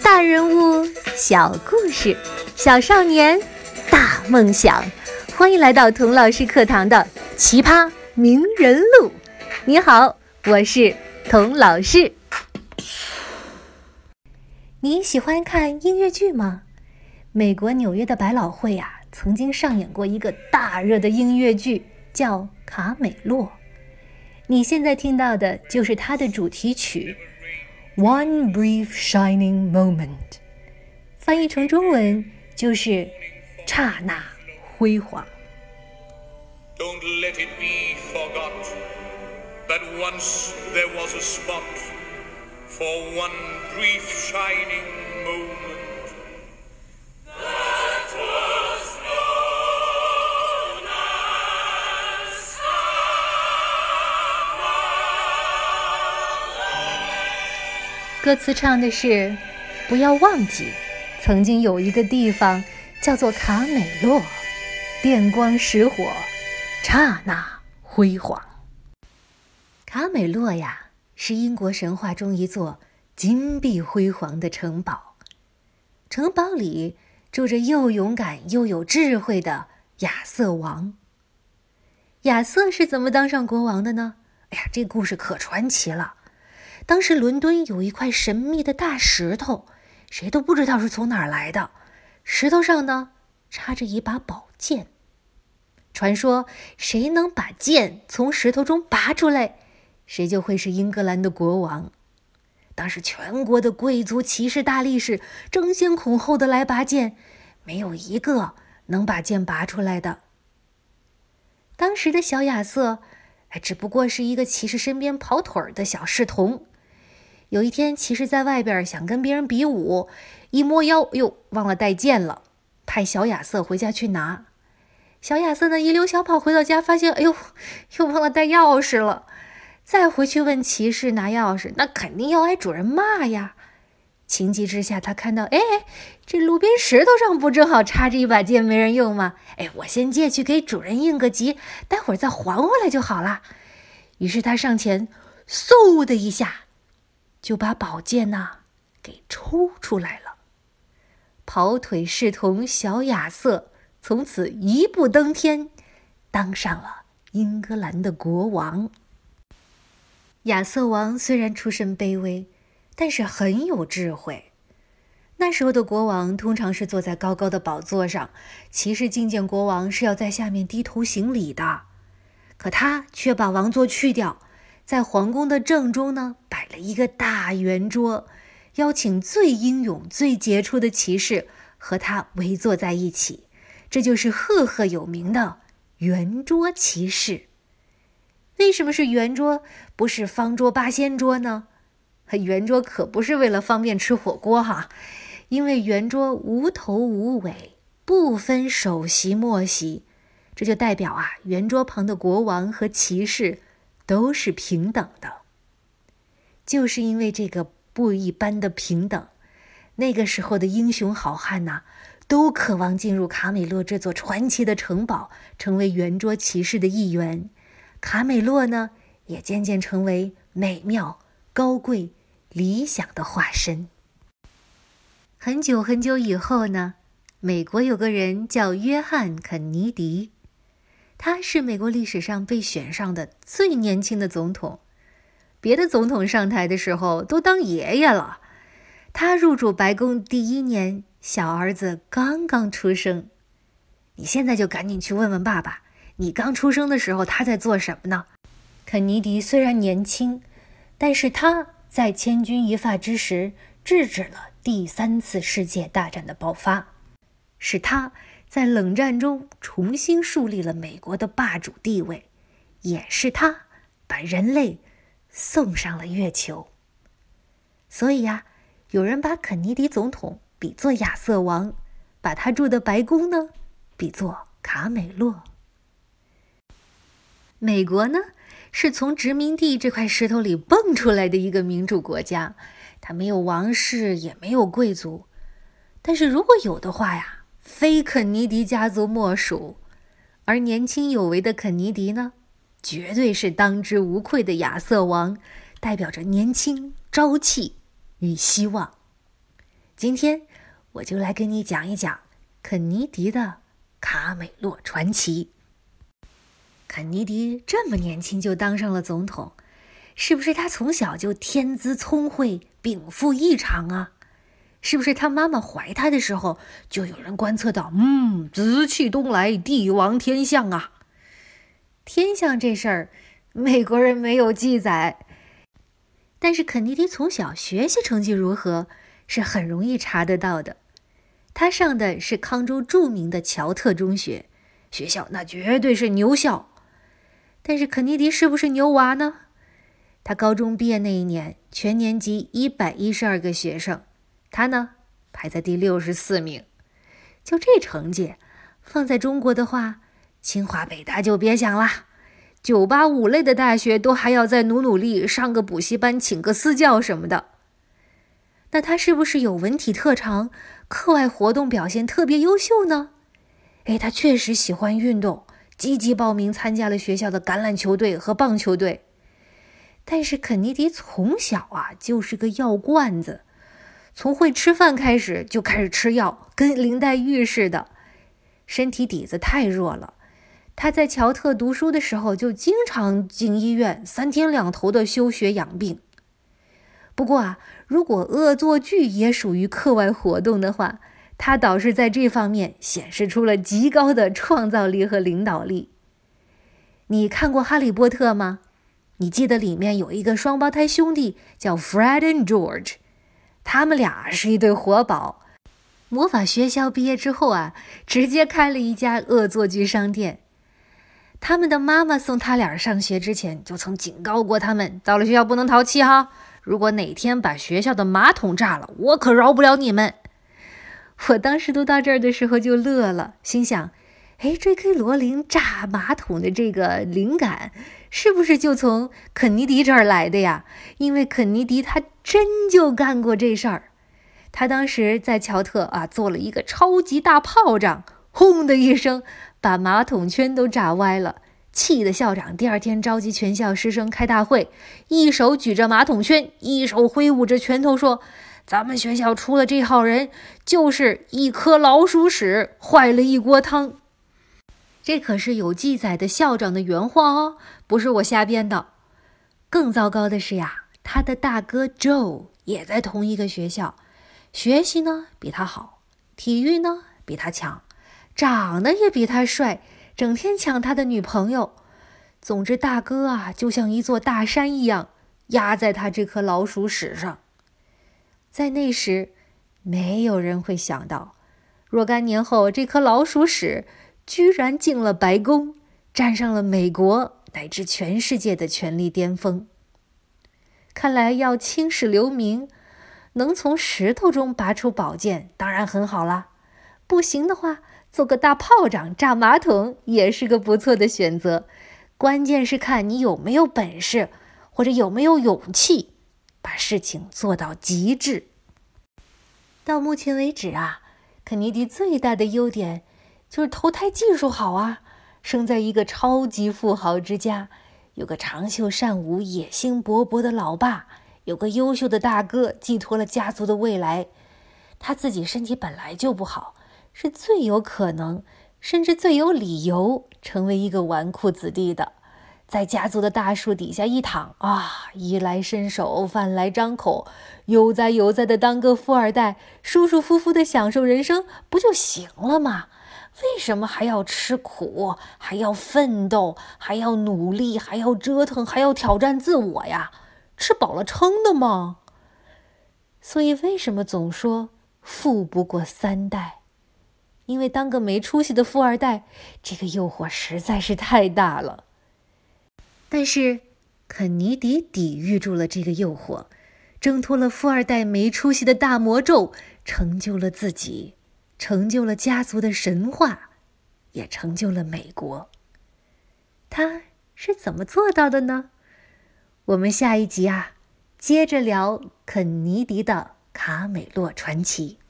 大人物，小故事，小少年，大梦想。欢迎来到童老师课堂的奇葩名人录。你好，我是童老师。你喜欢看音乐剧吗？美国纽约的百老汇曾经上演过一个大热的音乐剧，叫《卡美洛》。你现在听到的就是它的主题曲 One Brief Shining Moment， 翻译成中文就是刹那辉煌。 Don't let it be forgot that once there was a spot for one brief shining moment that was known as Starlight。 歌词唱的是，不要忘记，曾经有一个地方叫做卡美洛，电光石火，刹那辉煌。卡美洛是英国神话中一座金碧辉煌的城堡，城堡里住着又勇敢又有智慧的亚瑟王。亚瑟是怎么当上国王的呢？这故事可传奇了。当时伦敦有一块神秘的大石头，谁都不知道是从哪儿来的。石头上呢，插着一把宝剑。传说谁能把剑从石头中拔出来，谁就会是英格兰的国王。当时全国的贵族、骑士、大力士争先恐后的来拔剑，没有一个能把剑拔出来的。当时的小亚瑟只不过是一个骑士身边跑腿的小侍童。有一天，骑士在外边想跟别人比武，一摸腰，忘了带剑了，派小亚瑟回家去拿。小亚瑟呢，一溜小跑回到家，发现又忘了带钥匙了。再回去问骑士拿钥匙，那肯定要挨主人骂呀。情急之下，他看到这路边石头上不正好插着一把剑，没人用吗？我先借去给主人应个急，待会儿再还回来就好了。于是他上前，嗖的一下就把宝剑给抽出来了。跑腿侍童小亚瑟从此一步登天，当上了英格兰的国王。亚瑟王虽然出身卑微，但是很有智慧。那时候的国王通常是坐在高高的宝座上，骑士觐见国王是要在下面低头行礼的。可他却把王座去掉，在皇宫的正中呢，摆了一个大圆桌，邀请最英勇、最杰出的骑士和他围坐在一起。这就是赫赫有名的圆桌骑士。为什么是圆桌，不是方桌、八仙桌呢？圆桌可不是为了方便吃火锅因为圆桌无头无尾，不分首席末席，这就代表圆桌旁的国王和骑士都是平等的。就是因为这个不一般的平等，那个时候的英雄好汉都渴望进入卡美洛这座传奇的城堡，成为圆桌骑士的一员。卡美洛呢，也渐渐成为美妙、高贵、理想的化身。很久很久以后呢，美国有个人叫约翰·肯尼迪，他是美国历史上被选上的最年轻的总统。别的总统上台的时候都当爷爷了。他入主白宫第一年，小儿子刚刚出生。你现在就赶紧去问问爸爸，你刚出生的时候他在做什么呢？肯尼迪虽然年轻，但是他在千钧一发之时制止了第3次世界大战的爆发，是他在冷战中重新树立了美国的霸主地位，也是他把人类送上了月球。所以有人把肯尼迪总统比作亚瑟王，把他住的白宫呢比作卡美洛。美国呢，是从殖民地这块石头里蹦出来的一个民主国家，它没有王室，也没有贵族。但是如果有的话非肯尼迪家族莫属。而年轻有为的肯尼迪呢，绝对是当之无愧的亚瑟王，代表着年轻、朝气与希望。 今天我就来跟你讲一讲肯尼迪的卡美洛传奇。肯尼迪这么年轻就当上了总统，是不是他从小就天资聪慧，禀赋异常啊？是不是他妈妈怀他的时候就有人观测到，紫气东来，帝王天相啊？天象这事儿，美国人没有记载，但是肯尼迪从小学习成绩如何是很容易查得到的。他上的是康州著名的乔特中学，学校那绝对是牛校。但是肯尼迪是不是牛娃呢？他高中毕业那一年，全年级112个学生，他呢排在第64名。就这成绩，放在中国的话，清华北大就别想啦，985类的大学都还要再努力，上个补习班，请个私教什么的。那他是不是有文体特长，课外活动表现特别优秀呢？他确实喜欢运动，积极报名参加了学校的橄榄球队和棒球队。但是肯尼迪从小就是个药罐子，从会吃饭开始就开始吃药，跟林黛玉似的，身体底子太弱了。他在乔特读书的时候就经常进医院，3天2头的休学养病。不过如果恶作剧也属于课外活动的话，他倒是在这方面显示出了极高的创造力和领导力。你看过《哈利波特》吗？你记得里面有一个双胞胎兄弟叫 Fred and George， 他们俩是一对活宝。魔法学校毕业之后直接开了一家恶作剧商店。他们的妈妈送他俩上学之前就曾警告过他们，到了学校不能淘气哈，如果哪天把学校的马桶炸了，我可饶不了你们。我当时读到这儿的时候就乐了，心想J.K. 罗琳炸马桶的这个灵感是不是就从肯尼迪这儿来的呀？因为肯尼迪他真就干过这事儿。他当时在乔特做了一个超级大炮仗，轰的一声把马桶圈都炸歪了，气的校长第二天召集全校师生开大会，一手举着马桶圈，一手挥舞着拳头说，咱们学校出了这号人，就是一颗老鼠屎坏了一锅汤。这可是有记载的校长的原话哦，不是我瞎编的。更糟糕的是他的大哥 Joe 也在同一个学校，学习呢比他好，体育呢比他强，长得也比他帅，整天抢他的女朋友。总之大哥就像一座大山一样压在他这颗老鼠屎上。在那时，没有人会想到，若干年后这颗老鼠屎居然进了白宫，站上了美国乃至全世界的权力巅峰。看来要青史留名，能从石头中拔出宝剑当然很好啦，不行的话做个大炮仗炸马桶也是个不错的选择。关键是看你有没有本事，或者有没有勇气把事情做到极致。到目前为止肯尼迪最大的优点就是投胎技术好生在一个超级富豪之家，有个长袖善舞、野心勃勃的老爸，有个优秀的大哥，寄托了家族的未来。他自己身体本来就不好，是最有可能，甚至最有理由成为一个纨绔子弟的。在家族的大树底下一躺衣来伸手，饭来张口，悠哉悠哉的当个富二代，舒舒服服的享受人生不就行了吗？为什么还要吃苦，还要奋斗，还要努力，还要折腾，还要挑战自我呀？吃饱了撑的吗？所以为什么总说富不过3代？因为当个没出息的富二代，这个诱惑实在是太大了。但是肯尼迪抵御住了这个诱惑，挣脱了富二代没出息的大魔咒，成就了自己，成就了家族的神话，也成就了美国。他是怎么做到的呢？我们下一集接着聊肯尼迪的卡美洛传奇。